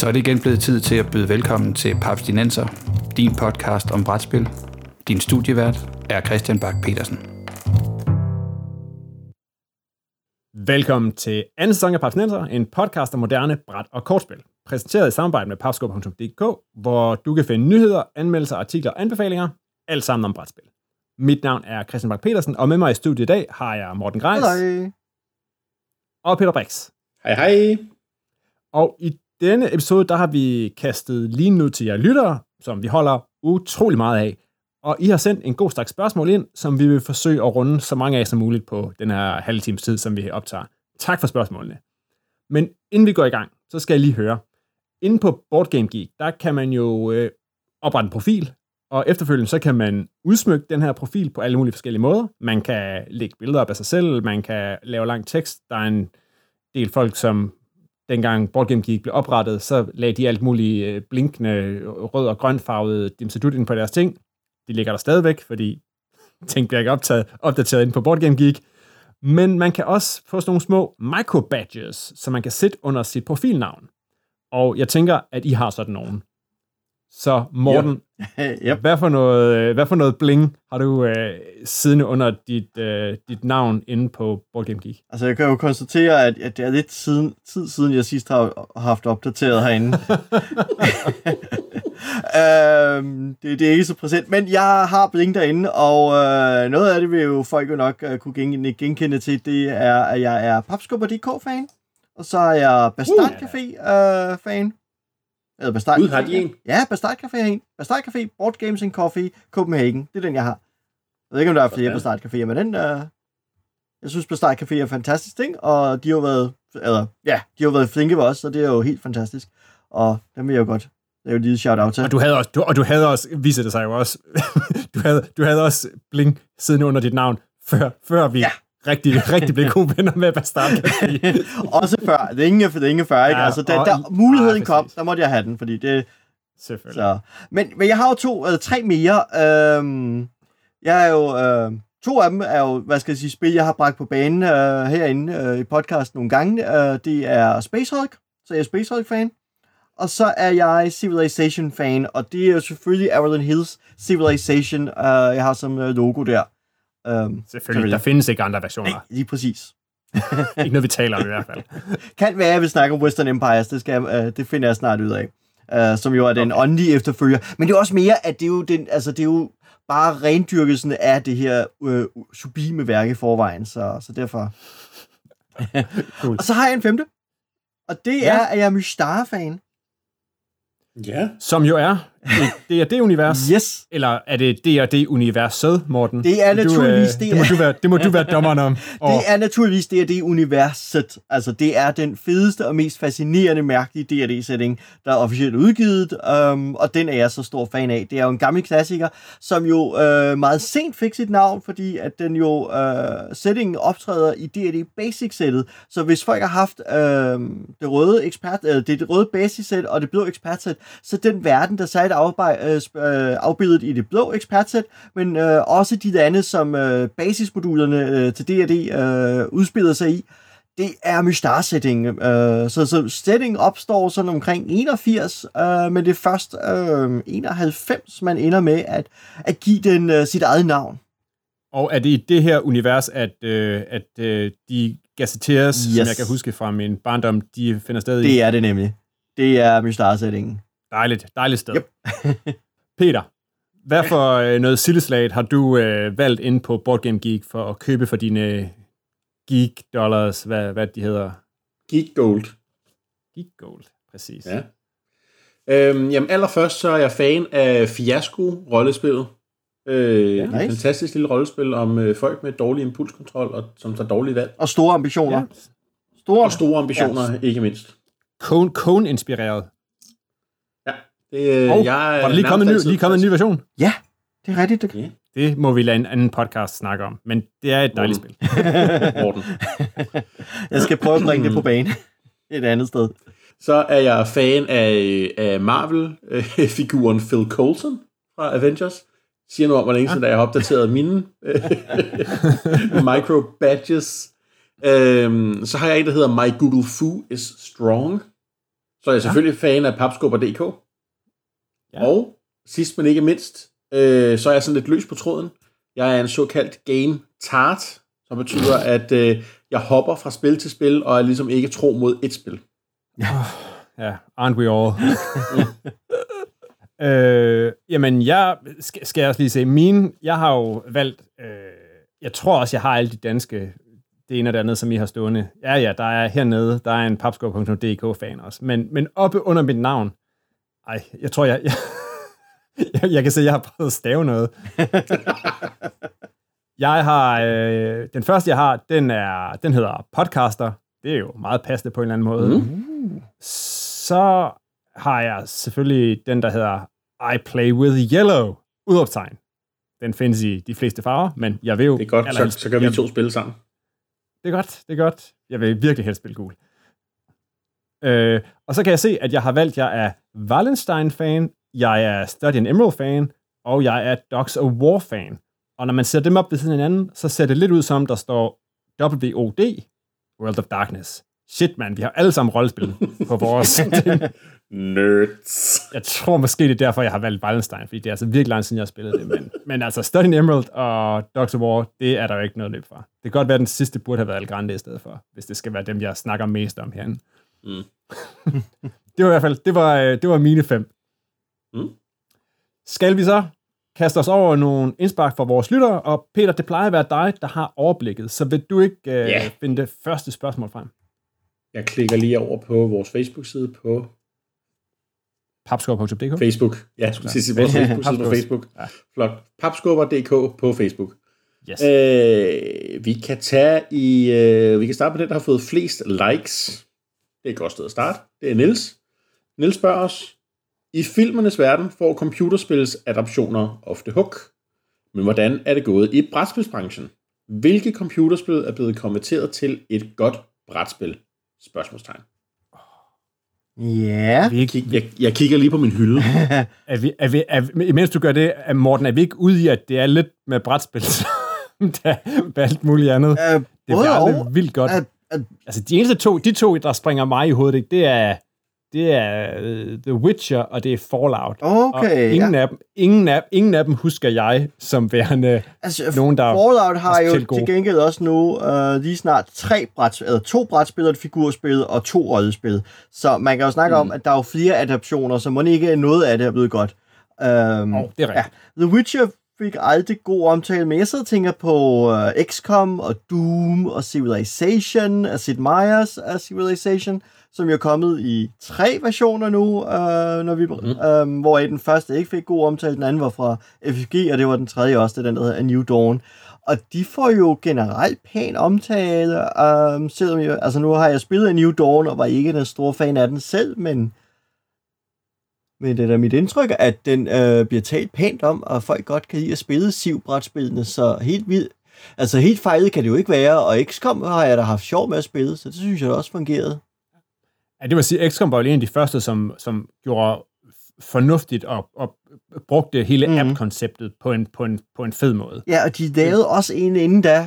Så er det igen blevet tid til at byde velkommen til Papstinenser, din podcast om brætspil. Din studievært er Christian Bak Petersen. Velkommen til anden sæson af Papstinenser, en podcast om moderne bræt- og kortspil. Præsenteret i samarbejde med papskub.dk, hvor du kan finde nyheder, anmeldelser, artikler og anbefalinger, alt sammen om brætspil. Mit navn er Christian Bak Petersen, og med mig i studiet i dag har jeg Morten Greis. Hej. Og Peter Brix. Hej hej. Og i denne episode, der har vi kastet lige ud til jer lyttere, som vi holder utrolig meget af. Og I har sendt en god stak spørgsmål ind, som vi vil forsøge at runde så mange af som muligt på den her halve times tid, som vi optager. Tak for spørgsmålene. Men inden vi går i gang, så skal jeg lige høre. Inde på Board Game Geek, der kan man jo oprette en profil, og efterfølgende så kan man udsmykke den her profil på alle mulige forskellige måder. Man kan lægge billeder op af sig selv, man kan lave lang tekst. Der er en del folk, som dengang Board Game Geek blev oprettet, så lagde de alt muligt blinkende rød- og grønfarvede dimsedut ind på deres ting. De ligger der stadigvæk, fordi ting bliver ikke opdateret ind på Board Game Geek. Men man kan også få sådan nogle små micro-badges, som man kan sætte under sit profilnavn. Og jeg tænker, at I har sådan nogen. Så Morten, Yep. hvad for noget bling har du siddende under dit navn inde på Board Game Geek? Altså, jeg kan jo konstatere, at det er lidt tid siden, jeg sidst har haft opdateret herinde. Det er ikke så præsent, men jeg har bling derinde, og noget af det vil jo folk jo nok kunne genkende til, det er, at jeg er Papskubber.dk-fan, og så er jeg Bastard Café-fan. Eller Bastard har de en? Ja, Bastard Café. Bastard Café, Board Games and Coffee, Copenhagen. Det er den, jeg har. Jeg ved ikke, om der er flere Bastard Caféer, men den... Jeg synes, Bastard Café er fantastisk ting, og de har jo været flinke ved os, så det er jo helt fantastisk. Og dem vil jeg jo godt lave et lille shout-out til. Og du havde også, viser det sig jo også, du havde også bling siddende under dit navn, før vi rigtig blev gode venner med Bastard Café. Også før. Det er ingen før, ikke? Ja, altså, da muligheden kom, der måtte jeg have den, fordi det... Selvfølgelig. Så. Men jeg har jo tre mere. Jeg er jo... to af dem er jo, spil, jeg har bragt på banen herinde i podcasten nogle gange. Det er Space Hulk, så jeg er Space Hulk-fan. Og så er jeg Civilization-fan, og det er jo selvfølgelig Avalon Hills Civilization, jeg har som logo der. Selvfølgelig, der findes ikke andre versioner. Nej, lige præcis. Ikke noget, vi taler om i hvert fald. Kan være, at jeg vil snakke om Western Empires, det finder jeg snart ud af. Som jo er den åndelige efterfølger. Men det er også mere, at det er jo bare rendyrkelsen af det her sublime værk i forvejen, så derfor. Cool. Og så har jeg en femte, og det er, at jeg er Mystar-fan. Ja. Som jo er D&D-univers. Yes. Eller er det D&D-universet, Morten? Det er naturligvis det må du være dommeren om. Det er naturligvis D&D-universet. Altså, det er den fedeste og mest fascinerende, mærkelige D&D-setting, der er officielt udgivet, og den er jeg så stor fan af. Det er jo en gammel klassiker, som jo meget sent fik sit navn, fordi at den jo settingen optræder i D&D Basic-sættet. Så hvis folk har haft det røde Basic-sæt og det blå ekspertsæt, så den verden, der så afbildet i det blå ekspertsæt, men også de lande, som basismodulerne til D&D udspiller sig i, det er Mystar-settingen. Så settingen opstår sådan omkring 81, men det er først 91, man ender med at give den sit eget navn. Og er det i det her univers, at de Gazetteers, som jeg kan huske fra min barndom, de finder sted i? Det er det nemlig. Det er Mystar-settingen. Dejligt sted. Yep. Peter, hvad for noget sildeslag har du valgt inde på Board Game Geek for at købe for dine Geek Dollars, hvad de hedder? Geek Gold. Geek Gold, præcis. Ja. Jamen allerførst så er jeg fan af Fiasko-rollespillet. Nice. Et fantastisk lille rollespil om folk med dårlig impulskontrol, og som tager dårlige valg. Og store ambitioner. Ja. Store ambitioner, ikke mindst. Cone-inspireret. Ja. Var der lige kommet en ny version? Ja, det er rigtigt. Okay. Det må vi lade en anden podcast snakke om, men det er et dejligt spil. Morten. Jeg skal prøve at bringe det på banen et andet sted. Så er jeg fan af Marvel-figuren Phil Coulson fra Avengers. Siger noget om, hvor længe siden jeg har opdateret mine micro-badges. Så har jeg en, der hedder My Google Foo is Strong, Så er jeg selvfølgelig fan af papskubber.dk. Ja. Og sidst men ikke mindst, så er jeg sådan lidt løs på tråden. Jeg er en såkaldt game tart, som betyder, at jeg hopper fra spil til spil, og er ligesom ikke tro mod et spil. Ja, aren't we all? Jamen, skal jeg også lige se, jeg har jo valgt, jeg tror også, jeg har alle de danske, det ene og det andet, som I har stående. Ja, der er hernede, der er en papskubber.dk-fan også, men oppe under mit navn, jeg tror, jeg kan se, at jeg har prøvet at stave noget. Jeg har, den første, jeg har, den hedder Podcaster. Det er jo meget passende på en eller anden måde. Så har jeg selvfølgelig den, der hedder I Play With Yellow. Udopstegn. Den findes i de fleste farver, men jeg vil jo... Det er godt, så kan vi to spille sammen. Det er godt. Jeg vil virkelig helst spille gul. Og så kan jeg se, at jeg har valgt, jeg er Wallenstein-fan, jeg er Study and Emerald-fan, og jeg er Dogs of War-fan. Og når man ser dem op ved siden af hinanden, så ser det lidt ud som, der står WOD, World of Darkness. Shit, man, vi har alle sammen rollespil på vores ting. Nerds. Jeg tror måske, det er derfor, jeg har valgt Wallenstein, fordi det er altså virkelig lang siden, jeg har spillet det. Men altså, Study and Emerald og Dogs of War, det er der jo ikke noget løb for. Det kan godt være, at den sidste burde have været Algrande i stedet for, hvis det skal være dem, jeg snakker mest om herinde. Det var i hvert fald, det var mine 5. Skal vi så kaste os over nogle indspark fra vores lyttere, og Peter, det plejer at være dig, der har overblikket, så vil du ikke finde det første spørgsmål frem? Jeg klikker lige over på vores Facebook-side på papskubber.dk. Facebook. Ja, jeg skulle sige vores Facebook-side på Facebook. Ja. Flot. Papskubber.dk på Facebook. Yes. Vi kan tage vi kan starte på den, der har fået flest likes. Det er et godt sted at starte. Det er Niels. Niels spørger os, i filmernes verden får computerspils adaptioner ofte hook. Men hvordan er det gået i brætspilsbranchen? Hvilke computerspil er blevet konverteret til et godt brætspil? Spørgsmålstegn. Ja. Jeg kigger lige på min hylde. Imens du gør det, Morten, er vi ikke ude i, at det er lidt med brætspil, med alt muligt andet? Det bliver aldrig vildt godt. Altså, de to, der springer mig i hovedet, det er The Witcher, og det er Fallout. Okay, og ingen af dem husker jeg som værende nogen, der Fallout har jo til gengæld også nu lige snart 2 brætspil, et figurspil og 2 rollespil. Så man kan jo snakke om, at der er jo flere adaptioner, så må ikke noget af det er blevet godt. Det er rigtigt. Ja. The Witcher fik aldrig god omtale, men jeg sidder og tænker på XCOM og Doom og Civilization, Sid Meier's Civilization, som jo er kommet i 3 versioner nu, hvor den første ikke fik god omtale, den anden var fra FFG, og det var den tredje også, det den der hedder A New Dawn. Og de får jo generelt pæn omtale, selvom nu har jeg spillet A New Dawn, og var ikke den store fan af den selv, men det er da mit indtryk, at den bliver talt pænt om, og folk godt kan lide at spille Civ-brætspillene, så helt fejlet kan det jo ikke være, og XCOM har jeg da haft sjov med at spille, så det synes jeg da også fungerede. Ja, det vil sige, at XCOM var jo en af de første, som gjorde fornuftigt og brugte hele app-konceptet på en fed måde. Ja, og de lavede også en inden da.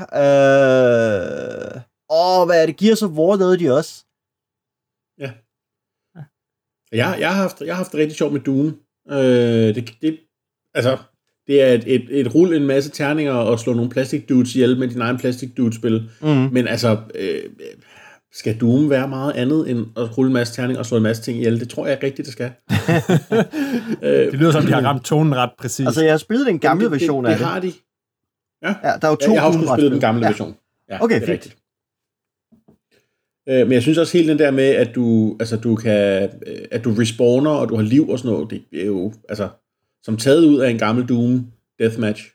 Hvad er det? Gears of War lavede de også. Ja. Jeg har haft det rigtig sjovt med Doom. Det er et rulle en masse terninger og slå nogle plastic dudes ihjel med din egen plastic dude-spil. Men skal Doom være meget andet end at rulle en masse terning og slå en masse ting ihjel? Det tror jeg ikke rigtigt, det skal. Det lyder som, de har ramt tonen ret præcis. Altså, jeg har spillet den gamle version af det. Det har de. Ja, der er jo 2 jeg har også spillet den gamle version. Ja, okay, det er rigtigt. Men jeg synes også helt den der med, at du respawner, og du har liv og sådan noget, det er jo, som taget ud af en gammel Doom Deathmatch.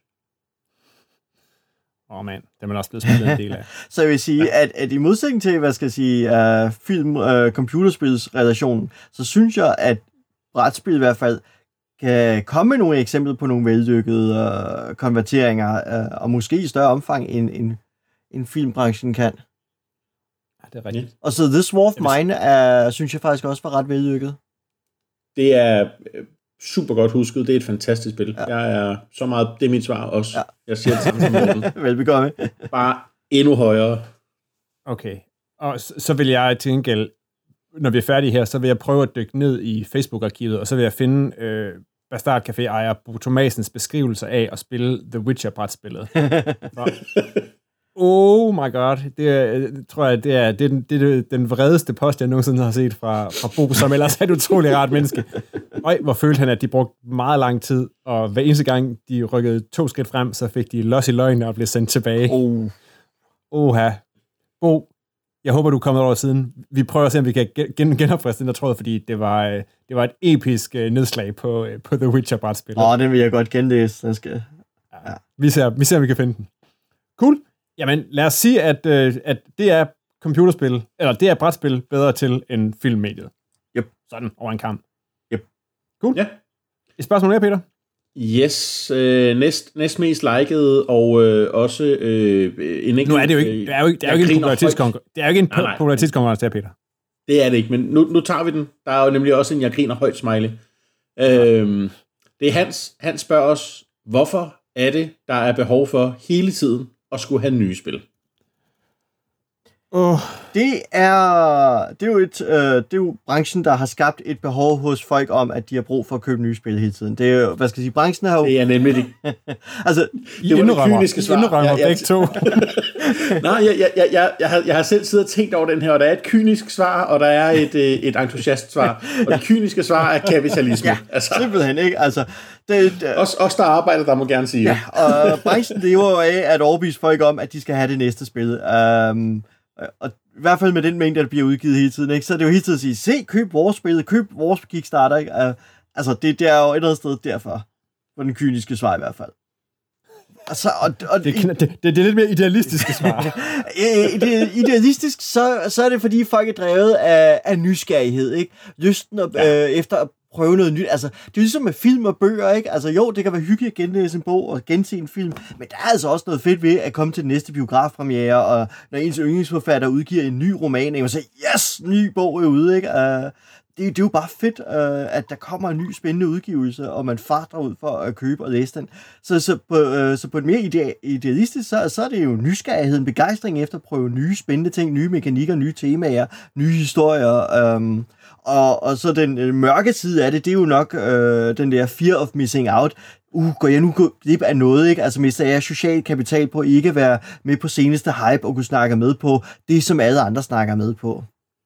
Man, det er man også blevet spillet en del af. Så jeg vil sige, at i modsætning til, film-computerspilsrelationen, så synes jeg, at brætspil i hvert fald kan komme med nogle eksempler på nogle vellykkede konverteringer, og måske i større omfang, end filmbranchen kan. Ja, det er rigtigt. Og så This War of Mine, synes jeg faktisk også var ret vellykket. Det er super godt husket. Det er et fantastisk spil. Ja. Jeg er så meget, det er mit svar også. Ja. Jeg siger det samme som Morten. Velbekomme. Bare endnu højere. Okay. Og så vil jeg til gengæld når vi er færdige her, så vil jeg prøve at dykke ned i Facebook-arkivet, og så vil jeg finde Bastard Café-ejer Bo Thomasens beskrivelse af at spille The Witcher-brætspillet. Oh my god, det tror jeg, det er den vredeste post, jeg nogensinde har set fra Bo, som ellers er et utroligt rart menneske. Hvor følte han, at de brugte meget lang tid, og hver eneste gang, de rykkede 2 skridt frem, så fik de los i løgene og blev sendt tilbage. Oha. Bo, jeg håber, du er kommet over siden. Vi prøver at se, om vi kan genopfriske den der tråd, fordi det var et episk nedslag på The Witcher-brætspillet. Den vil jeg godt genlæse. Den skal... Ja. Vi ser, om vi kan finde den. Cool. Jamen, lad os sige, at det er computerspil, eller det er brætspil bedre til end filmmediet. Yep. Sådan, over en kamp. Yep. Cool. Ja. Et spørgsmål mere, Peter? Yes, næst mest liket, og også en enkelt... Nu er det jo ikke, det er jo ikke en popularitetskonkurrence. Det er jo ikke en popularitetskonkurrence, der, Peter. Det er det ikke, men nu tager vi den. Der er jo nemlig også en jeg griner højt smiley. Det er Hans spørger os, hvorfor er det, der er behov for hele tiden at skulle have nye spil? Det er jo branchen, der har skabt et behov hos folk om, at de har brug for at købe nye spil hele tiden. Det er jo, branchen har jo... Det er nemlig det. Altså, det var det kyniske svar. Indrømmer begge to. Nej, jeg har selv siddet og tænkt over den her, og der er et kynisk svar, og der er et entusiast svar. Og det kyniske svar er kapitalisme. Ja, simpelthen, ikke? Altså, Os, der arbejder, der må gerne sige det. Ja, og branchen lever jo af at overbevise folk om, at de skal have det næste spil. Og i hvert fald med den mængde, der bliver udgivet hele tiden, ikke? Så er det jo hele tiden at sige, se, køb vores spil, køb vores Kickstarter, ikke? Altså, det er jo et eller andet sted derfor, på den kyniske svar i hvert fald. Altså, det er lidt mere idealistiske svar. Idealistisk, så er det, fordi folk er drevet af nysgerrighed, ikke? Lysten efter at prøve noget nyt. Altså, det er ligesom med film og bøger, ikke? Altså, jo, det kan være hyggeligt at genlæse en bog og gense en film, men der er altså også noget fedt ved at komme til den næste biografpremiere, og når ens yndlingsforfatter udgiver en ny roman, og man siger, yes, ny bog er ude, ikke? Det er jo bare fedt, at der kommer en ny spændende udgivelse, og man farter ud for at købe og læse den. Så på et mere idealistisk, så er det jo nysgerrigheden, begejstring efter at prøve nye spændende ting, nye mekanikker, nye temaer, nye historier. Og så den mørke side af det, det er jo nok den der fear of missing out. Går jeg nu glip af noget, ikke? Altså mister jeg social kapital på ikke at være med på seneste hype og kunne snakke med på det, som alle andre snakker med på.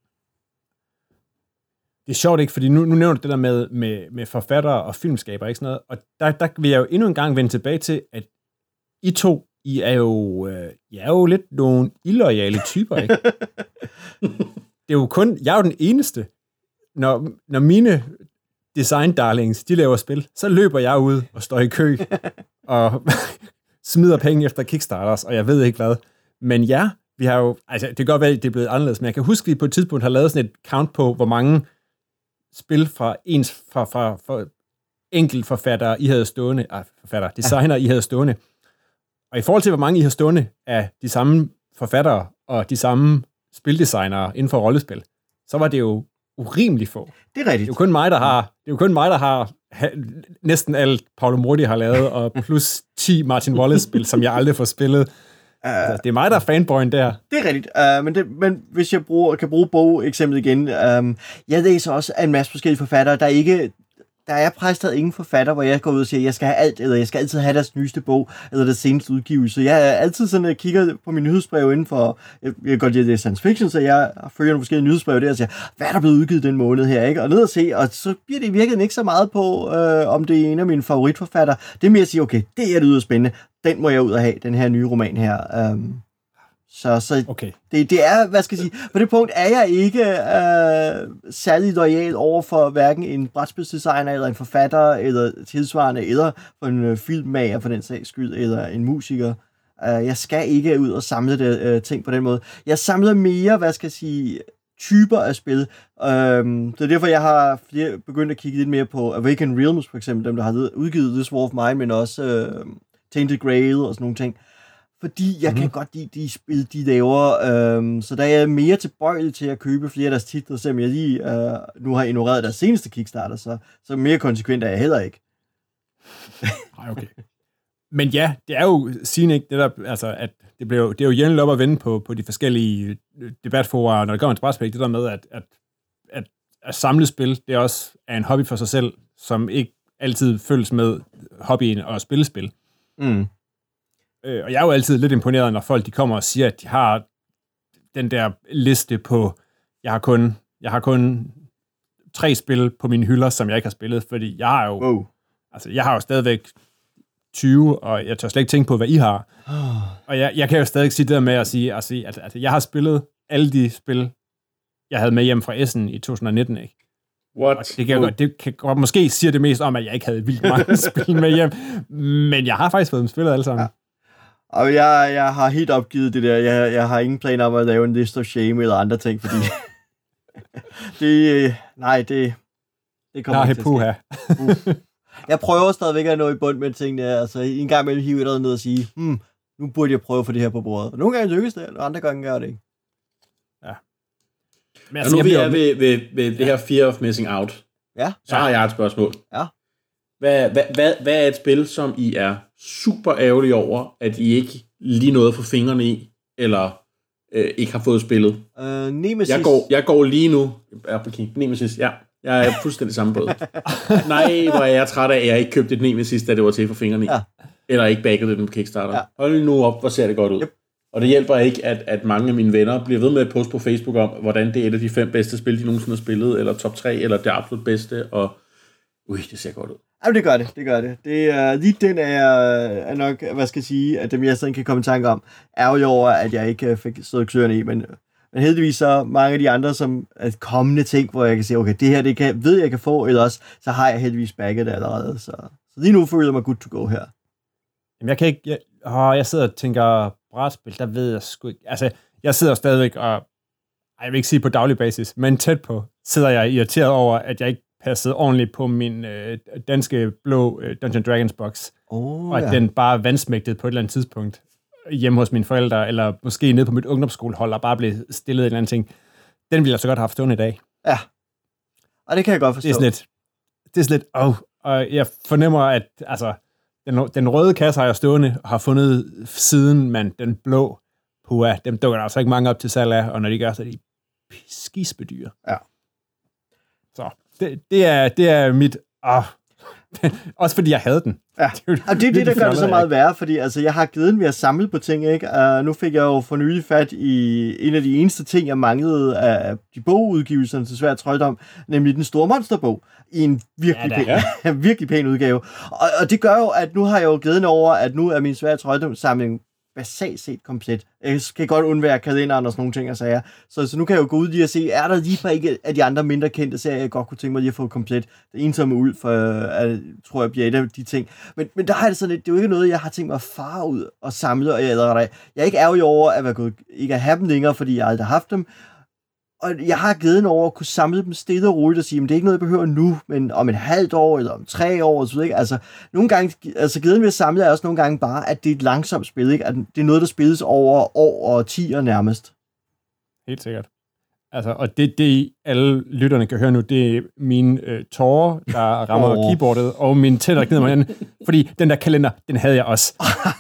Det er sjovt, ikke? Fordi nu nævner du det der med forfattere og filmskaber, ikke sådan noget? Og der vil jeg jo endnu en gang vende tilbage til, at I er jo lidt nogle illoyale typer, ikke? Det er jo jeg er jo den eneste. Når mine design darlings, de laver spil, så løber jeg ud og står i kø og smider penge efter Kickstarters, og jeg ved ikke hvad. Men ja, vi har jo, altså det kan godt være, at det er blevet anderledes, men jeg kan huske, at vi på et tidspunkt har lavet sådan et count på, hvor mange spil fra enkelt forfattere, I havde stående, designer, I havde stående. Og i forhold til, hvor mange I har stående af de samme forfattere og de samme spildesignere inden for rollespil, så var det jo urimeligt få. Det er rigtigt. Det er jo kun mig, der har næsten alt Paolo Mordi har lavet, og plus 10 Martin Wallace-spil, som jeg aldrig får spillet. Så det er mig, der er fanboyen der. Det er rigtigt, men hvis jeg kan bruge bogeksemplet igen, jeg læser også af en masse forskellige forfattere, der er præsteret ingen forfatter, hvor jeg går ud og siger, jeg skal have alt, eller jeg skal altid have deres nyeste bog, eller deres seneste udgivelse. Jeg er altid sådan, at jeg kigger på mine nyhedsbreve inden for, jeg kan godt lide det science fiction, så jeg følger nogle forskellige nyhedsbreve der og siger, hvad er der blevet udgivet den måned her, ikke? Og ned og se, og så bliver det i virkeligheden ikke så meget på, om det er en af mine favoritforfattere. Det er mere at sige, okay, det er det spændende, den må jeg ud og have, den her nye roman her. Så okay. Det er, hvad skal jeg sige, på det punkt er jeg ikke særlig loyal over for hverken en brætspilsdesigner, eller en forfatter, eller tilsvarende, eller for en filmmager for den sags skyld, eller en musiker. Jeg skal ikke ud og samle ting på den måde. Jeg samler mere, hvad skal jeg sige, typer af spil. Det er derfor, jeg har begyndt at kigge lidt mere på Awakened Realms, for eksempel, dem der har udgivet This War of Mine, men også Tainted Grail og sådan nogle ting. Fordi jeg kan godt lide de spil, de laver, så der er jeg mere tilbøjelig til at købe flere af deres titler, selvom jeg lige nu har ignoreret deres seneste Kickstarter, så mere konsekvent er jeg heller ikke. Nej, okay. Men ja, det er jo sigende ikke det der, altså, at det er jo jævnligt op at vende på de forskellige debatforer, når det kommer til brætspil, det der med, at at samle spil, det også er en hobby for sig selv, som ikke altid følges med hobbyen og spille spil. Mm. Og jeg er jo altid lidt imponeret, når folk de kommer og siger, at de har den der liste på, jeg har kun 3 spil på mine hylder, som jeg ikke har spillet, fordi jeg har jo, jeg har jo stadigvæk 20, og jeg tør slet ikke tænke på, hvad I har. Og jeg kan jo stadig sige det der med at sige at jeg har spillet alle de spil, jeg havde med hjem fra Essen i 2019, ikke? What? Det kan godt måske sige det mest om, at jeg ikke havde vildt mange spil med hjem, men jeg har faktisk fået dem spillet alle sammen. Ja. Og jeg har helt opgivet det der. Jeg har ingen planer om at lave en list of shame eller andre ting, fordi det kommer ikke til at ske. Jeg prøver stadigvæk at nå i bund med tingene. Altså, en gang imellem hive et ned og sige, nu burde jeg prøve at få det her på bordet. Og nogle gange lykkes det, og andre gange gør det ikke. Ja. Men altså, nu vi er ved det her fear of missing out, så har jeg et spørgsmål. Ja. Hvad er et spil, som I er super ærgerlige over, at I ikke lige nåede at få fingrene i, eller ikke har fået spillet? Nemesis. Jeg går lige nu. Nemesis, ja. Jeg er fuldstændig samme båd. Nej, hvor er jeg træt af, at jeg ikke købte et Nemesis, da det var til for fingrene i. Ja. Eller ikke baggede det på Kickstarter. Ja. Hold nu op, hvor ser det godt ud. Yep. Og det hjælper ikke, at mange af mine venner bliver ved med at poste på Facebook om, hvordan det er et af de 5 bedste spil, de nogensinde har spillet, eller top 3, eller det absolut bedste, og det ser godt ud. Jamen, det gør det. Det er lige den er nok, hvad skal jeg sige, at dem jeg sådan kan komme i tanke om, ærgerlig over, at jeg ikke fik stået kløerne i, men heldigvis så mange af de andre, som er kommende ting, hvor jeg kan sige, okay, det her, ved jeg kan få, eller også, så har jeg heldigvis bagget det allerede, så lige nu føler jeg mig good to go her. Jamen, jeg kan ikke, jeg sidder og tænker, brætspil, der ved jeg sgu ikke, altså, jeg sidder stadigvæk og, jeg vil ikke sige på daglig basis, men tæt på, sidder jeg irriteret over, at jeg ikke passede ordentligt på min danske blå Dungeons Dragons box, og at den bare vandsmægtede på et eller andet tidspunkt hjemme hos mine forældre, eller måske nede på mit ungdomsskolehold, og bare blev stillet et eller andet ting. Den ville jeg så godt have haft stående i dag. Ja, og det kan jeg godt forstå. Det er sådan lidt, og jeg fornemmer, at altså, den røde kasse har jeg stående, og har fundet siden, men den blå, dem dukker der altså ikke mange op til salg af, og når de gør, så er de skisbedyr. Ja. Så det er mit... også fordi jeg havde den. Ja, og det er det, der gør det så meget værre, fordi altså, jeg har glæden ved at samle på ting, ikke? Nu fik jeg jo for nylig fat i en af de eneste ting, jeg manglede af de bogudgivelserne til Sværd Trolddom, nemlig den store monsterbog, i en virkelig pæn udgave. Og det gør jo, at nu har jeg jo glæden over, at nu er min Sværd Trolddom samling basalt set komplet. Jeg kan godt undvære kalenderen og sådan nogle ting og sager. Så nu kan jeg jo gå ud lige og se, er der lige på ikke af de andre mindre kendte serier, jeg godt kunne tænke mig lige at få komplet. Det ensomme ulv, tror jeg bliver et af de ting. Men der har det sådan lidt, det er jo ikke noget, jeg har tænkt mig at fare ud og samle, og jeg er ikke ærgerlig over, at jeg ikke at have dem længere, fordi jeg aldrig har haft dem. Og jeg har glæden over at kunne samle dem stille og roligt og sige, at det er ikke noget, jeg behøver nu, men om et halvt år eller om 3 år, så ikke. Altså, nogle gange, glæden ved at samle er også nogle gange bare, at det er et langsomt spil, ikke? At det er noget, der spilles over år og årtier nærmest. Helt sikkert. Altså, og det alle lytterne kan høre nu, det er mine tårer, der rammer keyboardet, og mine tænder, der knider mig hen. Fordi den der kalender, den havde jeg også.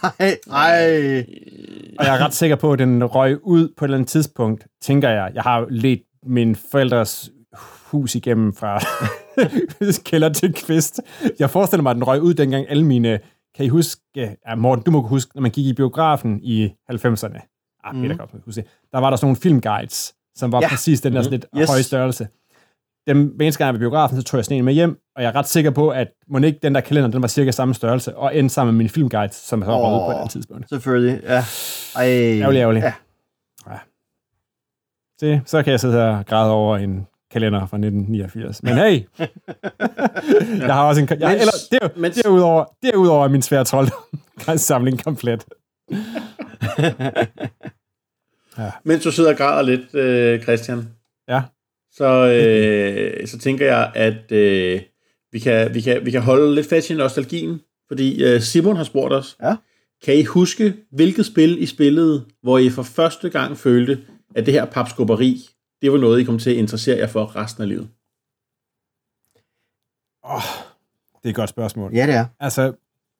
Ej. Og jeg er ret sikker på, at den røg ud på et eller andet tidspunkt, tænker jeg. Jeg har ledt min forældres hus igennem fra kælder til kvist. Jeg forestiller mig, at den røg ud dengang alle mine... Kan I huske... Morten, du må huske, når man gik i biografen i 90'erne. Peter kan huske det. Der var der sådan nogle filmguides, som var præcis den der sådan lidt høje størrelse. Hver eneste gang jeg var i biografen, så tog jeg sådan en med hjem, og jeg er ret sikker på, at Monique, den der kalender, den var cirka samme størrelse, og endte sammen med mine filmguides, som jeg så rød på et andet tidspunkt. Selvfølgelig, ja. Ærgerlig. Ja. Så kan jeg sidde her og græde over en kalender fra 1989. Men hey! Jeg har også en... Derudover min Sværd Trolddom samling komplet. Ja. Mens du sidder og græder lidt, Christian, så tænker jeg, at vi kan holde lidt fast i nostalgien, fordi Simon har spurgt os, kan I huske, hvilket spil I spillede, hvor I for første gang følte, at det her papskubberi, det var noget, I kom til at interessere jer for resten af livet? Det er et godt spørgsmål. Ja, det er. Altså,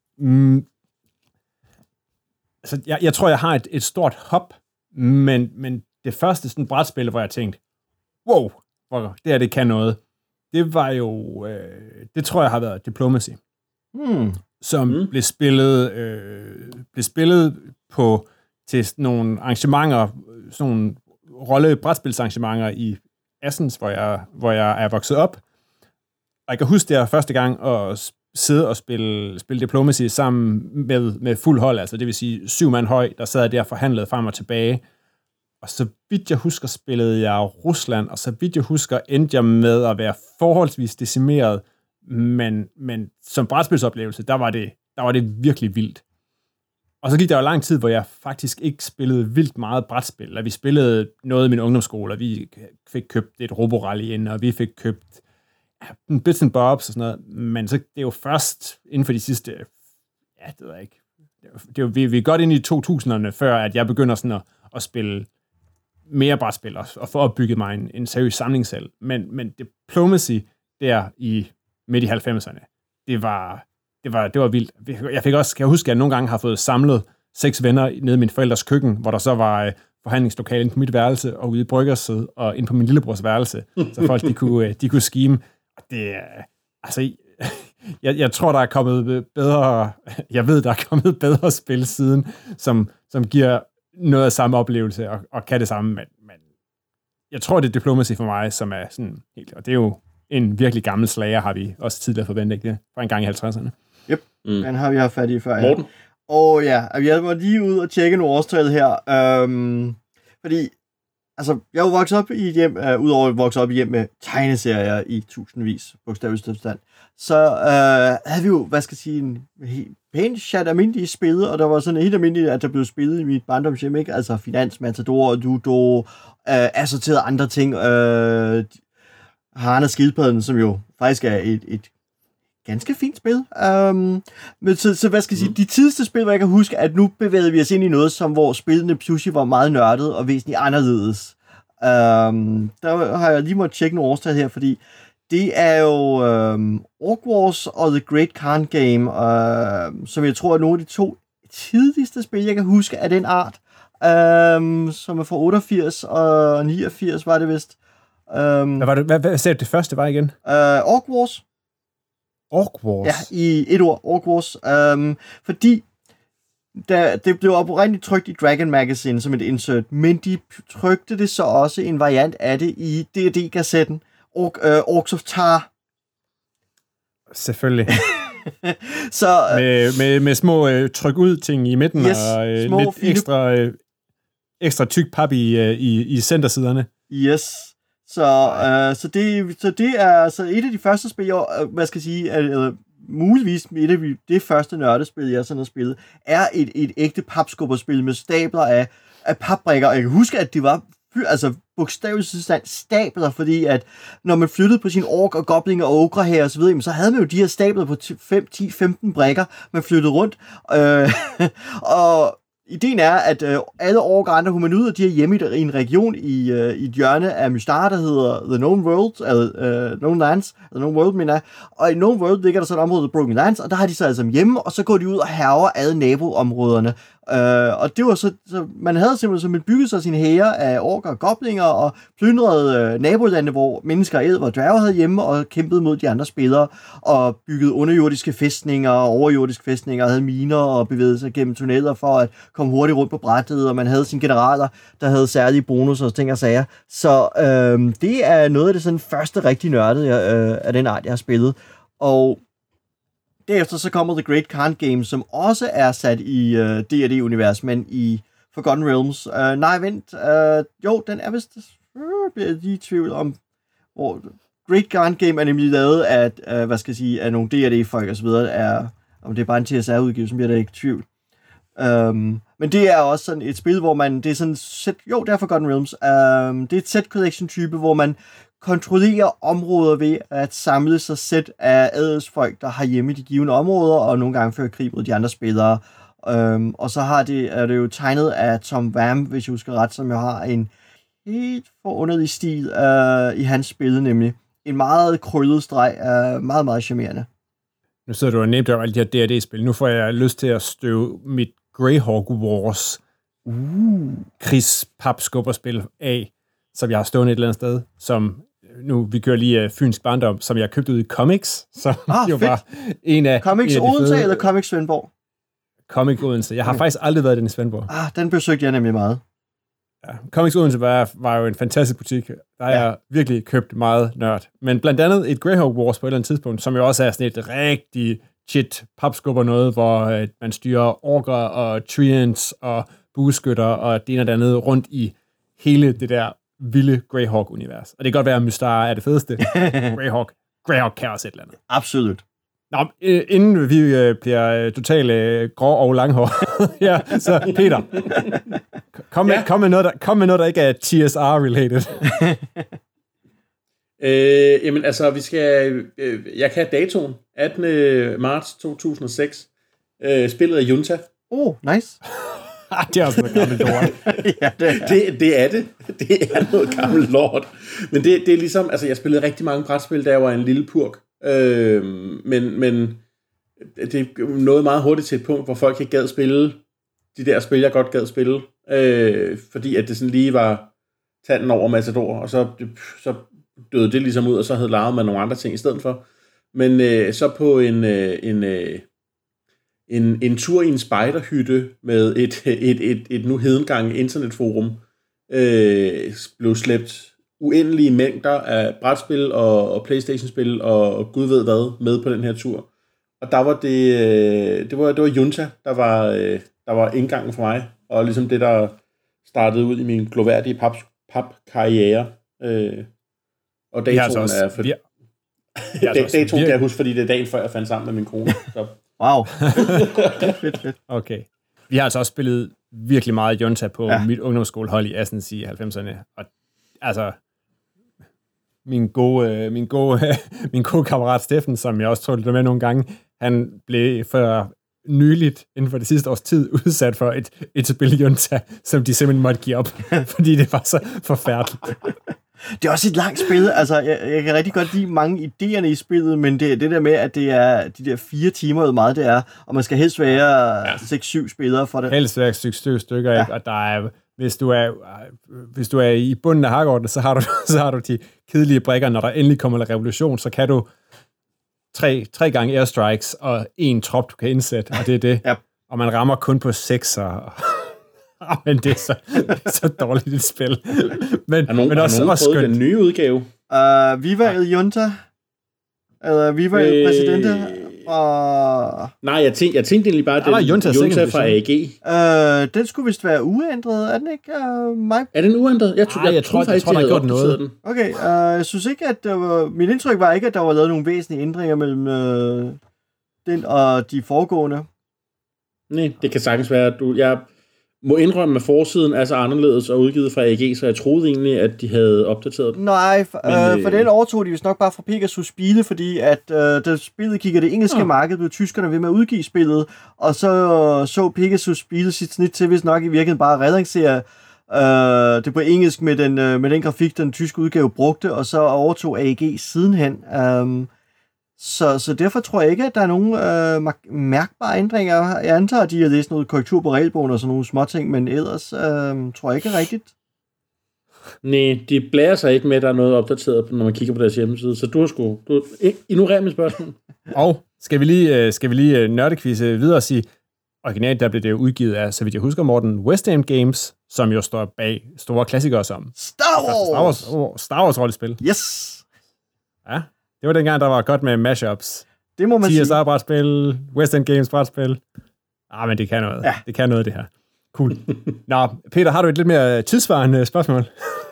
jeg tror, jeg har et stort hop, men det første sådan brætspil, hvor jeg tænkte, wow, hvor det kan noget, det var jo, det tror jeg har været Diplomacy, som blev spillet på til nogle arrangementer, sådan nogle brætspilsarrangementer i Assens, hvor jeg er vokset op. Og jeg kan huske det første gang at sidde og spille Diplomacy sammen med fuld hold, altså det vil sige 7 mand høj, der sad der og forhandlede frem og tilbage. Og så vidt jeg husker, spillede jeg Rusland, og så vidt jeg husker, endte jeg med at være forholdsvis decimeret, men som brætspilsoplevelse, der var det virkelig vildt. Og så gik der jo lang tid, hvor jeg faktisk ikke spillede vildt meget brætspil, og vi spillede noget i min ungdomsskole, og vi fik købt et Roborally ind, og vi fik købt bits and bobs og sådan noget, men så det er jo først inden for de sidste, det ved jeg ikke, vi er godt ind i 2000'erne, før at jeg begynder sådan at spille mere brætspil og få opbygget mig en seriøs samling selv. Men Diplomacy der i midt i 90'erne, det var vildt. Kan jeg huske, at jeg nogle gange har fået samlet 6 venner nede i min forældres køkken, hvor der så var forhandlingslokale inde på mit værelse, og ude i bryggersædet, og inde på min lillebrors værelse, så folk de kunne scheme. Og det altså, jeg tror, der er kommet bedre, jeg ved, der er kommet bedre spil siden, som giver noget af samme oplevelse, og kan det samme, men jeg tror, det er Diplomacy for mig, som er sådan helt, og det er jo en virkelig gammel slager, har vi også tidligere forventet, ikke det? Fra en gang i 50'erne. Yep, den har vi haft fat i før. Morten? Og ja, jeg var lige ude og tjekke nogle årstal her, fordi, altså, jeg er jo vokset op i et hjem, udover at vokse op i hjem med tegneserier i tusindvis, bogstaveligt forstand, så havde vi jo, hvad skal jeg sige, en pænt chat almindelige spil, og der var sådan helt almindeligt, at der blev spillet i mit barndomshjem, ikke? Altså Finans, Matador, Ludo, assorteret andre ting, Harne Skildpadden, som jo faktisk er et ganske fint spil. Men så hvad skal jeg sige, de tidligste spil, hvor jeg kan huske, at nu bevægede vi os ind i noget, hvor spillene pludselig var meget nørdet og væsentligt anderledes. Der har jeg lige måttet tjekke nogle årstal her, fordi det er jo Orc Wars og The Great Khan Game, som jeg tror er nogle af de 2 tidligste spil, jeg kan huske af den art, som er fra 88 og 89, var det vist. Hvad sagde du det første var igen? Orc Wars. Orc Wars? Ja, i et ord, Orc Wars. Fordi det blev oprindeligt trykt i Dragon Magazine som et insert, men de trykte det så også en variant af det i D&D-kassetten, Orcs of Tar. Selvfølgelig. Så, med små tryk ud ting i midten, yes, og lidt ekstra tyk pap i centersiderne. Yes. Så det er så et af de første spil, hvad skal jeg sige, muligvis et af det første nørdespil, jeg sådan har spillet, er et ægte papskubberspil med stabler af papbrikker, og jeg kan huske, at det var altså bogstaveligt stabler, fordi at når man flyttede på sin ork og goblinger og ogre her og så videre, så havde man jo de her stabler på 5, 10, 15 brikker, man flyttede rundt, og ideen er, at alle orker og andre humanoider, de er hjemme i en region i et hjørne af Mystar, der hedder The Known World, eller Known Lands, eller Known World, mener jeg. Og i Known World ligger der så et område, The Broken Lands, og der har de så altså hjemme, og så går de ud og hærger alle naboområderne. Og det var så man havde simpelthen bygget sig sine hære af orker og goblinger, og plyndrede nabolande, hvor mennesker og ædre og dværge havde hjemme, og kæmpede mod de andre spillere, og byggede underjordiske fæstninger og overjordiske fæstninger, og havde miner og bevægede sig gennem tunneller for at komme hurtigt rundt på brættet, og man havde sine generaler, der havde særlige bonusser og ting og sager. Så det er noget af det sådan første rigtig nørdede af den art, jeg har spillet. Og derefter så kommer The Great Khan Game, som også er sat i D&D-univers, men i Forgotten Realms. Nej, vent. Jo, den er vist... bliver jeg lige i tvivl om... Hvor Great Khan Game er nemlig lavet af, hvad skal jeg sige, af nogle D&D-folk og så videre. Om det er bare en TSR-udgivelse, så bliver der ikke tvivl. Men det er også sådan et spil, hvor man... Det er sådan set... Jo, det er Forgotten Realms. Det er et set collection-type, hvor man kontrollerer områder ved at samle sig sæt af adelsfolk, der har hjemme i de givende områder, og nogle gange fører krig mod de andre spillere. Og så er det jo tegnet af Tom Vam, hvis jeg husker ret, som jo har en helt forunderlig stil i hans spil, nemlig en meget krøllet streg, meget, meget charmerende. Nu sidder du og nævner alle de her D&D-spil. Nu får jeg lyst til at støve mit Greyhawk Wars krigspapskubberspil af, som jeg har stående et eller andet sted, som nu vi kører lige Fynsk Barndom, som jeg købte ud i Comics, som jo fedt. var en af... Comics Odense eller Comics Svendborg? Comics Odense. Jeg har faktisk aldrig været i den i Svendborg. Den besøgte jeg nemlig meget. Ja, Comics Odense var jo en fantastisk butik. Der har jeg virkelig købt meget nørd. Men blandt andet et Greyhawk Wars på et eller andet tidspunkt, som jo også er sådan et rigtig shit papskubber noget, hvor man styrer orker og treants og bueskytter og det ene og det andet rundt i hele det der vilde Greyhawk-univers. Og det kan godt være, at Mystar er det fedeste. Greyhawk kan også et eller andet. Absolut. Nå, inden vi bliver totalt grå og langhår, ja, så Peter, kom med noget, der ikke er TSR-related. Jamen altså, vi skal... jeg kan have datoen. 18. marts 2006. Spillet af Junta. Nice. Det er også noget gammelt lort. Ja, det er det. Det er noget gammelt lort. Men det er ligesom... Altså, jeg spillede rigtig mange brætspil, da jeg var en lille purk. Men det nåede meget hurtigt til et punkt, hvor folk ikke gad spille de der spil, jeg godt gad spille. Fordi at det sådan lige var tanden over Matador, og så døde det ligesom ud, og så havde leget man nogle andre ting i stedet for. Men så på en tur i en spejderhytte med et nu hedengang internetforum blev slæbt uendelige mængder af brætspil og PlayStation-spil og gud ved hvad med på den her tur. Og der var det var Junta, der var indgangen for mig, og ligesom det, der startede ud i min gloværdige pap-karriere. Og datoen er for... Datoen kan jeg huske, fordi det er dagen før, jeg fandt sammen med min kone. Så. Wow. fedt. Okay. Vi har altså også spillet virkelig meget Junta på mit ungdomsskolehold i Assens i 90'erne. Og altså, min gode kammerat Steffen, som jeg også tror lidt med nogle gange, han blev for nyligt inden for det sidste års tid udsat for et spil Junta, som de simpelthen måtte give op, fordi det var så forfærdeligt. Det er også et langt spil. Altså, jeg kan rigtig godt lide mange idéerne i spillet, men det der med, at det er de der 4 timer, hvor meget det er, og man skal helst være 6-7 spillere for det. Helst være 6 stykker, ikke? Og der er, hvis du er i bunden af hardcourten, så har du de kedelige brikker. Når der endelig kommer en revolution, så kan du 3 gange airstrikes og 1 trop, du kan indsætte, og det er det. Ja. Og man rammer kun på 6'er. Men det er så dårligt et spil. Men også prøvet den nye udgave? Viva el Junta? Eller Viva el Presidente? Nej, jeg tænkte egentlig bare, at Junta fra AG. Den skulle vist være uændret, er den ikke? Er den uændret? Jeg tror faktisk, der har gjort noget. Den. Okay, jeg synes ikke, at mit indtryk var ikke, at der var lavet nogle væsentlige ændringer mellem den og de foregående. Nej, det kan sagtens være, at jeg må indrømme, at forsiden er så anderledes og udgivet fra AG, så jeg troede egentlig, at de havde opdateret den. Nej, for den overtog de vist nok bare fra Pegasus Spiele, fordi at da spillet kigger det engelske marked, blev tyskerne ved med at udgive spillet, og så Pegasus Spiele sit snit til, hvis nok i virkeligheden bare at relancere det på engelsk med den grafik, den tyske udgave brugte, og så overtog AG sidenhen. Så derfor tror jeg ikke, at der er nogen mærkbare ændringer. Jeg antager, at de har læst noget korrektur på regelbogen og sådan nogle småting, men ellers tror jeg ikke rigtigt. Nej, de blærer sig ikke med, at der er noget opdateret, når man kigger på deres hjemmeside, så du ignorerer mit spørgsmål. Og skal vi lige nørdekvise videre og sige, originalt der blev det udgivet af, så vidt jeg husker, Morten, West End Games, som jo står bag store klassikere som Star Wars rollespil. Yes! Ja. Det var dengang, der var godt med mashups. Det må man sige. TSR-brætspil, West End Games brætspil. Men det kan noget. Ja. Det kan noget, det her. Cool. Nå, Peter, har du et lidt mere tidsvarende spørgsmål?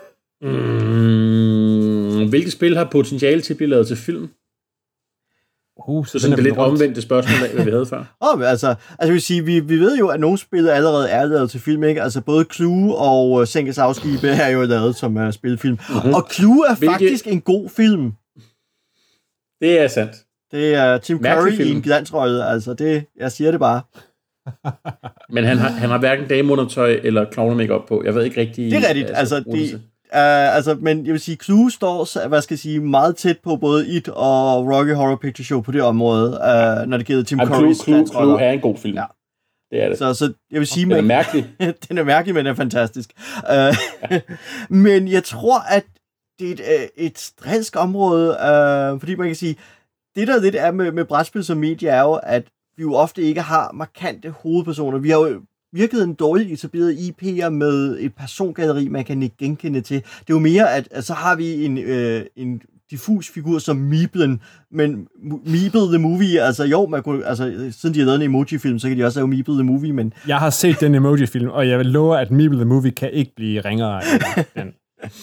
Hvilket spil har potentiale til at blive lavet til film? Så sådan det lidt omvendte spørgsmål af, hvad vi havde før. Altså jeg vil sige, vi ved jo, at nogle spil allerede er lavet til film, ikke? Altså både Clue og Sænkes afskibe er jo lavet som spilfilm. Mm-hmm. Og Clue er faktisk en god film. Det er sandt. Det er Tim Curry i en glansrolle, altså jeg siger det bare. Men han har hverken dameundertøj eller klovnemakeup på. Jeg ved ikke rigtig. Det er rigtigt. Men jeg vil sige, Clue står, meget tæt på både It og Rocky Horror Picture Show på det område, når det gælder Tim Currys glansroller. Clue er en god film. Ja. Det er det. Så jeg vil sige, den er mærkelig. Den er mærkelig, men den er fantastisk. Men jeg tror, at det er et stressk område, fordi man kan sige, det der lidt er med brætspil som medie, er jo, at vi jo ofte ikke har markante hovedpersoner. Vi har jo virkelig en dårlig etableret IP'er med et persongalleri, man kan ikke genkende til. Det er jo mere, at så har vi en diffus figur som Meeplen, men Meeple the Movie, altså jo, man kunne, altså, siden de har lavet en emoji-film, så kan de også lave Meeple the Movie, men... Jeg har set den emoji-film, og jeg vil love, at Meeple the Movie kan ikke blive ringere end den.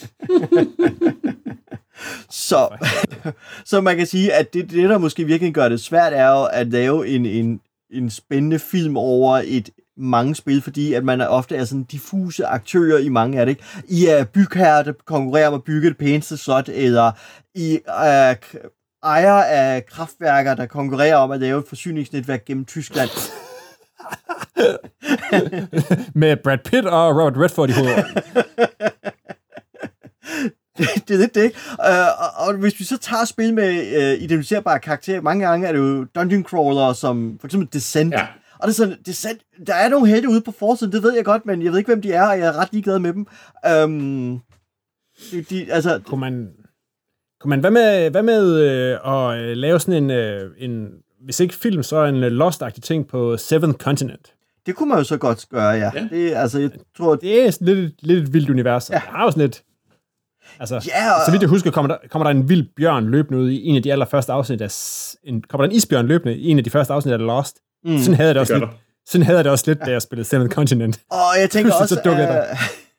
Så man kan sige, at det der måske virkelig gør det svært, er jo at lave en spændende film over mange spil, fordi at man ofte er sådan diffuse aktører i mange af det. Ikke? I er bygherrer, der konkurrerer om at bygge det pæneste slot, eller I er ejer af kraftværker, der konkurrerer om at lave et forsyningsnetværk gennem Tyskland. Med Brad Pitt og Robert Redford i hovedet. Det er lidt det. Og hvis vi så tager spil med identificerbare karakterer, mange gange er det jo dungeon crawler, som for eksempel Descent. Ja. Og det er sådan, Descent, der er nogle helte ude på forsiden, det ved jeg godt, men jeg ved ikke, hvem de er, og jeg er ret ligeglad med dem. Altså... Kunne man hvad med at lave sådan en hvis ikke film, så en Lost-agtig ting på Seventh Continent? Det kunne man jo så godt gøre, ja. Det, altså, jeg tror... Det er lidt et vildt univers. Ja. Jeg har jo sådan lidt... Altså, så vidt jeg husker, kommer der en vild bjørn løbende ud i en af de allerførste afsnit af... Kommer der en isbjørn løbende i en af de første afsnit af Lost? Sådan havde jeg det også lidt, da jeg spillede Seventh Continent. Og jeg tænker også... så dukker der.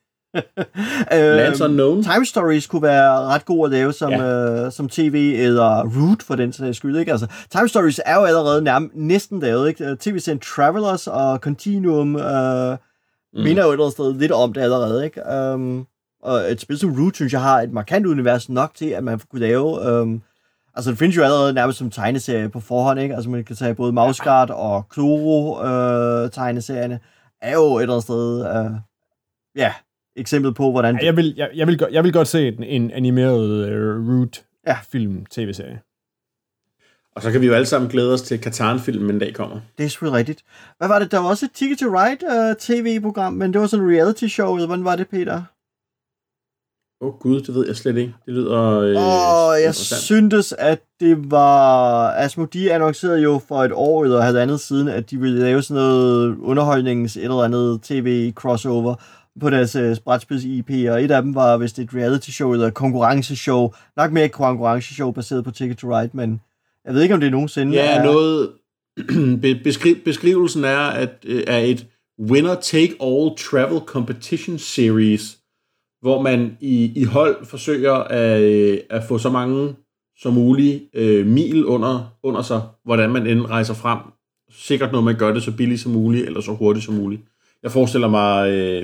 Lands Unknown. Time Stories kunne være ret god at lave som tv, eller Root for den sags skyld, ikke? Altså, Time Stories er jo allerede næsten lavet, ikke? TV-serien Travelers og Continuum minder jo et eller sted lidt om det allerede, ikke? Og et spil som Root, synes jeg, har et markant univers nok til, at man kunne lave... altså, det findes jo allerede nærmest som tegneserie på forhånd, ikke? Altså, man kan tage både Mausgard og Kloro-tegneserierne, er jo et eller andet sted... eksempel på, hvordan... Jeg vil godt se en animeret Root-film, tv-serie. Og så kan vi jo alle sammen glæde os til Catan-filmen en dag kommer. Det er selvfølgelig rigtigt. Hvad var det? Der var også et Ticket to Ride tv-program, men det var sådan en reality-show, eller hvordan var det, Peter? Gud, det ved jeg slet ikke. Det lyder... jeg syntes, at det var... Asmodee annoncerede jo for et år eller halvandet siden, at de ville lave sådan noget underholdnings et eller andet tv-crossover på deres brætspils IP, og et af dem var vist et reality-show eller et konkurrenceshow. Nok mere et konkurrenceshow baseret på Ticket to Ride, men jeg ved ikke, om det nogensinde er... noget... Beskrivelsen er et winner-take-all travel competition series, hvor man i hold forsøger at få så mange som muligt mil under sig, hvordan man end rejser frem. Sikkert når man gør det så billigt som muligt, eller så hurtigt som muligt. Jeg forestiller mig,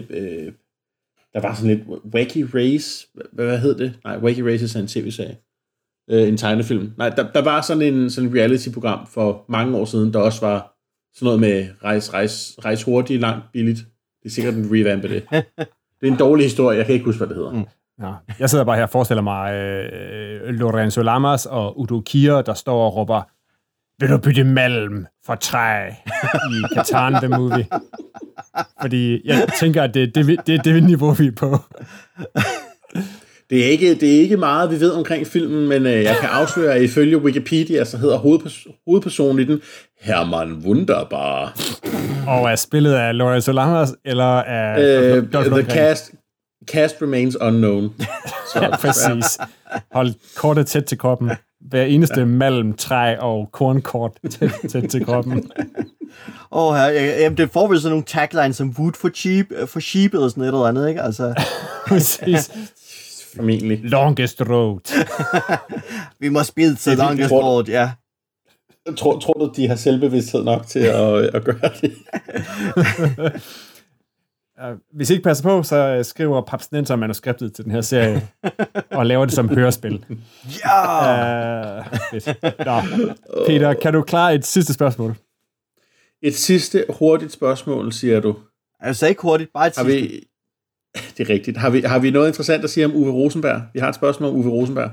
der var sådan lidt Wacky Race. Hvad hed det? Nej, Wacky Race er en tv-serie. En tegnefilm. Nej, der var sådan en reality-program for mange år siden, der også var sådan noget med rejse hurtigt, langt, billigt. Det er sikkert en revamp af det. Det er en dårlig historie, jeg kan ikke huske, hvad det hedder. Ja. Jeg sidder bare her og forestiller mig Lorenzo Lamas og Udo Kier, der står og råber, vil du bytte malm for træ i Catan the Movie? Fordi jeg tænker, at det er det niveau, vi er på. Det er ikke meget, vi ved omkring filmen, men jeg kan afsløre, at ifølge Wikipedia, så hedder hovedpersonen i den Herman Wunderbar. Og er spillet af Lorenzo Lamas, eller af... The cast remains unknown. Så, ja, præcis. Hold kortet tæt til kroppen. Hver eneste malm, træ og kornkort tæt til kroppen. Jamen, det får vel sådan nogle taglines som wood for sheep eller sådan et eller andet, ikke? Altså... Præcis. Formentlig. Longest road. Vi må spille the longest road, ja. Tror du, de har selvbevidsthed nok til at gøre det? Hvis I ikke passer på, så skriver Papsnenser manuskriptet til den her serie, og laver det som hørespil. Ja! Peter, kan du klare et sidste spørgsmål? Et sidste hurtigt spørgsmål, siger du? Altså ikke hurtigt, bare et sidste. Det er rigtigt. Har vi noget interessant at sige om Uwe Rosenberg? Vi har et spørgsmål om Uwe Rosenberg.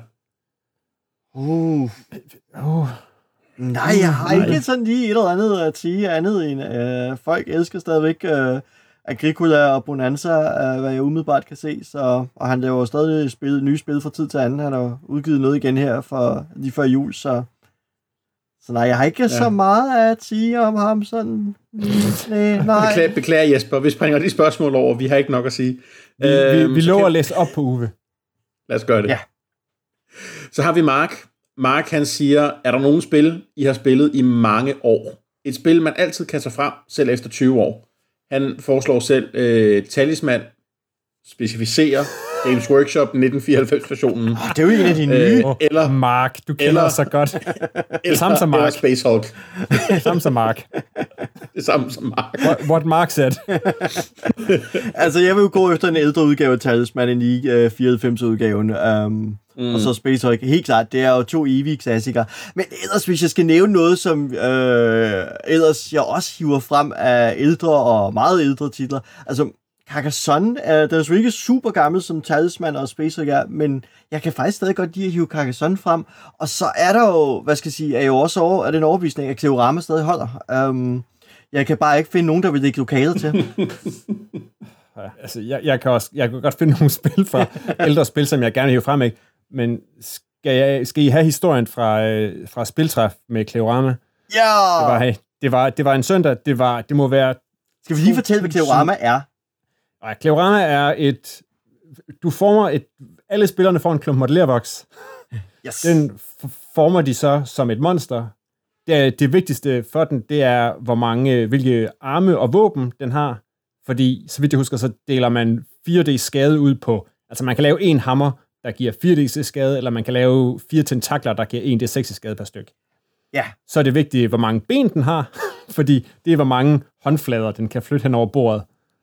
Nej, jeg har ikke sådan lige et eller andet at sige, andet end folk elsker stadigvæk Agricola og Bonanza, hvad jeg umiddelbart kan se, og han laver stadig nye spil fra tid til anden. Han har udgivet noget igen her for lige før jul, så nej, jeg har ikke så meget at sige om ham, sådan. Nej. Beklager Jesper, vi springer de spørgsmål over, vi har ikke nok at sige. Vi lover at læse op på Uwe. Lad os gøre det. Ja. Så har vi Mark. Mark, han siger, er der nogen spil, I har spillet i mange år? Et spil, man altid kan tage frem, selv efter 20 år. Han foreslår selv Talisman, specificerer Games Workshop 1994-versionen. Det er jo en af de nye. Eller Mark, du kender os så godt. Samme som Mark. Eller Space Hulk. Samme som Mark. Det samme som Mark. What Mark said. Altså, jeg vil jo gå efter en ældre udgave af Talisman end i 94-udgaven. Og så Space Hulk. Helt klart, det er jo 2 evige klassikere. Men ellers, hvis jeg skal nævne noget, som ellers jeg også hiver frem af ældre og meget ældre titler. Altså, Carcassonne, den er jo ikke super gammel som Talisman og Space Hulk er, men jeg kan faktisk stadig godt lide at hive Carcassonne frem. Og så er der jo, hvad skal jeg sige, er jo også over, er den overbevisning, at Kleorama stadig holder. Jeg kan bare ikke finde nogen, der vil lægge lokaler til. Altså, jeg kan godt finde nogle spil fra ældre spil, som jeg gerne vil hive frem, ikke? Men skal I have historien fra Spiltræf med Kleorama? Ja! Det var en søndag, det må være... Skal vi lige fortælle, hvad Kleorama er? Nej, Kleorama er alle spillerne får en klump modellervoks. Yes. Den former de så som et monster. Det vigtigste for den, det er, hvilke arme og våben den har. Fordi, så vidt jeg husker, så deler man 4D skade ud på... Altså, man kan lave en hammer, der giver 4D skade, eller man kan lave 4 tentakler, der giver 1D6 skade per stykke. Ja. Så er det vigtigt, hvor mange ben den har, fordi det er, hvor mange håndflader den kan flytte hen over bordet.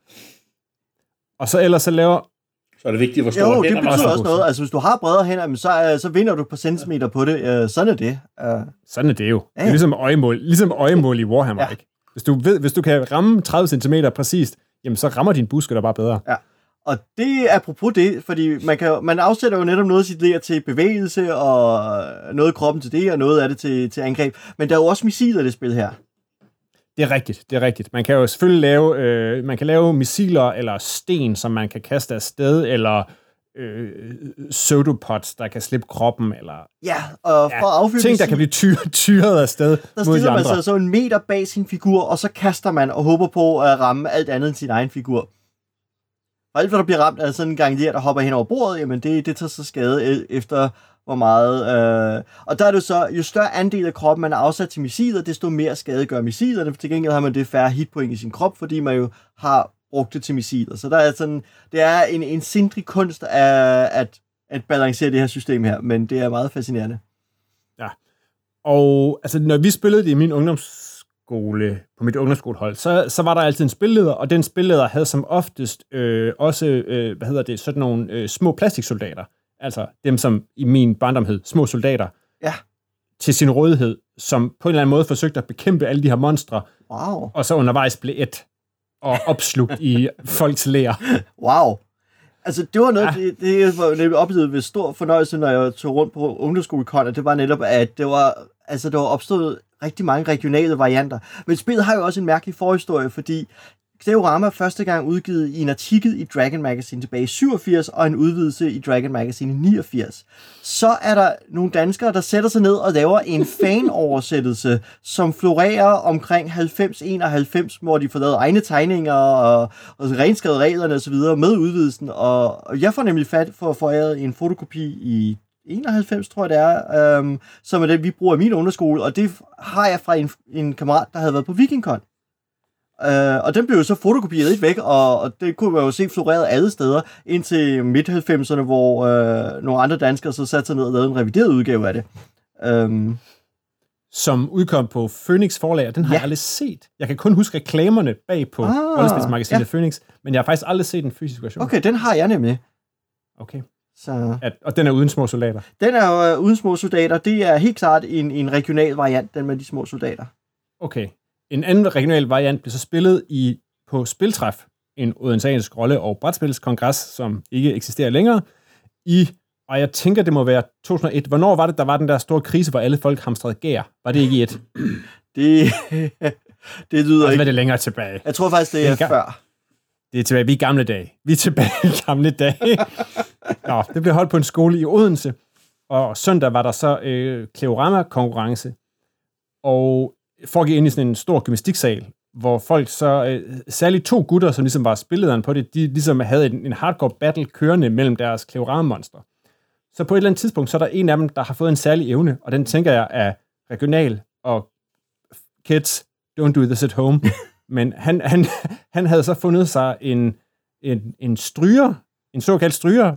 Og så ellers så laver... Så er det vigtigt, hvor store hænder... Jo, det betyder også noget. Altså, hvis du har bredere hænder, så vinder du på centimeter på det. Sådan er det. Sådan er det jo. Ja. Det er ligesom øjemål i Warhammer, ikke? Hvis du kan ramme 30 cm præcist, jamen så rammer din buske der bare bedre. Ja. Og det er apropos det, fordi man afsætter jo netop noget af sit ler til bevægelse, og noget af kroppen til det, og noget af det til angreb. Men der er jo også missiler i det spil her. Det er rigtigt. Man kan jo selvfølgelig lave missiler eller sten, som man kan kaste afsted, eller pseudopods, der kan slippe kroppen, eller... Ja, og for at affylde ting, der kan blive tyret afsted der mod de andre. Der stiller man sig så en meter bag sin figur, og så kaster man og håber på at ramme alt andet end sin egen figur. Og alt, hvad der bliver ramt af sådan en gang der hopper hen over bordet, jamen det tager så skade efter hvor meget... Og der er det så, jo større andel af kroppen man er afsat til missiler, desto mere skade gør missilerne. Til gengæld har man det færre hitpoint i sin krop, fordi man jo har brugt det til missiler. Så der er sådan, det er en sindrig kunst at balancere det her system her, men det er meget fascinerende. Ja, og altså, når vi spillede det i min på mit ungdomsskolehold, så var der altid en spilleder, og den spilleder havde som oftest også, sådan nogle små plastiksoldater. Altså dem, som i min barndom hed små soldater. Ja. Til sin rådighed, som på en eller anden måde forsøgte at bekæmpe alle de her monstre. Wow. Og så undervejs blev og opslugt i folks lær. Wow. Altså, det var noget, det var oplevet ved stor fornøjelse, når jeg tog rundt på ungdomsskolekon, det var netop, at der var opstået rigtig mange regionale varianter. Men spillet har jo også en mærkelig forhistorie, fordi Kleorama er første gang udgivet i en artikel i Dragon Magazine tilbage i 87, og en udvidelse i Dragon Magazine i 89. Så er der nogle danskere, der sætter sig ned og laver en fanoversættelse, som florerer omkring 90-91, hvor de får lavet egne tegninger og renskrevet reglerne osv. med udvidelsen. Og jeg får nemlig fat for at få en fotokopi i 91, tror jeg det er, som er det, vi bruger i min underskole, og det har jeg fra en kammerat, der havde været på Vikingkon. Og den blev jo så fotokopieret lidt væk, og det kunne man jo se floreret alle steder, indtil midt-90'erne, hvor nogle andre danskere så satte sig ned og lavede en revideret udgave af det. Som udkom på Phoenix forlag, og den har jeg aldrig set. Jeg kan kun huske reklamerne bag på rollespilsmagasinet Phoenix, men jeg har faktisk aldrig set en fysisk version. Okay, den har jeg nemlig. Okay. Og den er uden små soldater? Den er jo uden små soldater. Det er helt klart en regional variant, den med de små soldater. Okay. En anden regional variant blev så spillet på Spiltræf, en odenseansk rolle- og brætspilskongres, som ikke eksisterer længere, og jeg tænker, det må være 2001. Hvornår var det, der var den der store krise, hvor alle folk hamstrede gær? Var det ikke i et? Det lyder ikke. Var det længere tilbage? Jeg tror faktisk, det er før. Det er tilbage. Vi er gamle dage. Vi er tilbage i gamle dage. Nå, det blev holdt på en skole i Odense, og søndag var der så Kleorama-konkurrence, og foregik ind i sådan en stor gymnastiksal, hvor folk så, særligt 2 gutter, som ligesom var spillederen på det, de ligesom havde en hardcore battle kørende mellem deres Kleorama-monster. Så på et eller andet tidspunkt, så er der en af dem, der har fået en særlig evne, og den tænker jeg er regional, og kids, don't do this at home. Men han havde så fundet sig en stryger, en såkaldt stryger,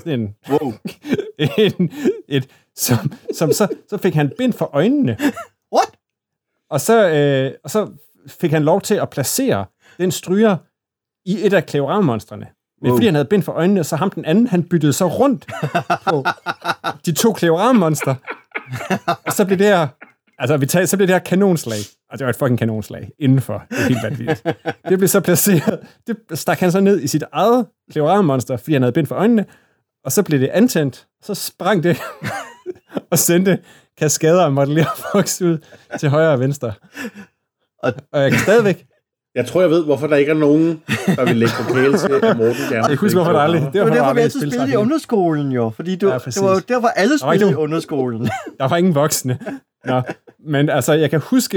så fik han bind for øjnene. What? Og så fik han lov til at placere den stryger i et af Kleorama-monstrene. Men fordi han havde bind for øjnene, så ham den anden, han byttede så rundt på de 2 Kleorama-monster. Og så blev det her, så blev det her kanonslag. Og det var et fucking kanonslag indenfor. Det er helt vanvittigt. Det blev så placeret. Det stak han så ned i sit eget Kleorama-monster, fordi han havde bind for øjnene. Og så blev det antændt. Så sprang det og sendte kaskader og modellervoks ud til højre og venstre. Og jeg kan stadigvæk... Jeg tror, jeg ved, hvorfor der ikke er nogen, der vil lægge vokale til, at Morten gerne... Jeg husker, hvorfor der aldrig... Det var derfor, vi altid spillede i underskolen, jo. Fordi det var jo derfor, alle spillede i underskolen. Der var ingen voksne. Nå, men altså, jeg kan huske...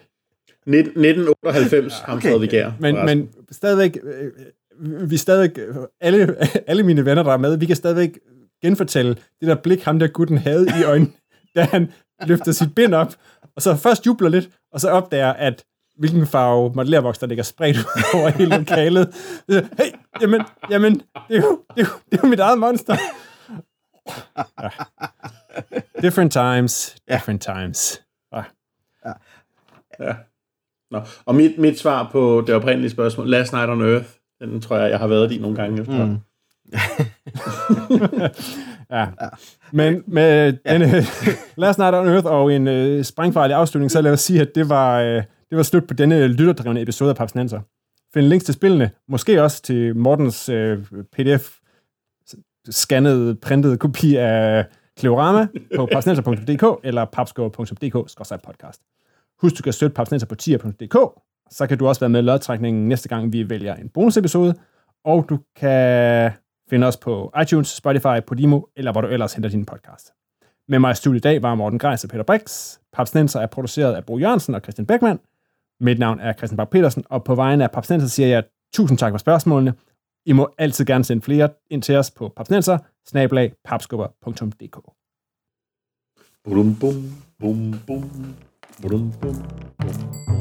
1998 hamstrede vi gær. Men stadigvæk... Vi stadigvæk... Alle mine venner, der er med, vi kan stadigvæk genfortælle det der blik, ham der gutten havde i øjnene, da han løfter sit bind op, og så først jubler lidt, og så opdager, at hvilken farve modellervoks, der ligger spredt ud over hele lokalet. Hey, jamen, det er jo mit eget monster. Ja. Different times. Ja. Nå. Og mit svar på det oprindelige spørgsmål, Last Night on Earth, den tror jeg har været i nogle gange efter. Ja. Men med denne Last Night on Earth og en sprængfarlig afslutning, så lad os sige, at det var slut på denne lytterdrevne episode af Papsnenser. Find links til spillene, måske også til Mortens PDF-scannede, printede kopi af Kleorama på papsnenser.dk eller papskov.dk/podcast. Husk, du kan støtte Papsnenser på tier.dk, så kan du også være med i lodtrækningen næste gang, vi vælger en bonusepisode, og du kan finde os på iTunes, Spotify, Podimo, eller hvor du ellers henter din podcast. Med mig i studiet i dag var Morten Greis og Peter Brix. Papsnenser er produceret af Bo Jørgensen og Christian Beckmann. Mit navn er Christian Bak Petersen, og på vegne af Papsnenser siger jeg tusind tak for spørgsmålene. I må altid gerne sende flere ind til os på papsnenser@papskubber.dk. Bum bum bum bum bum bum bum.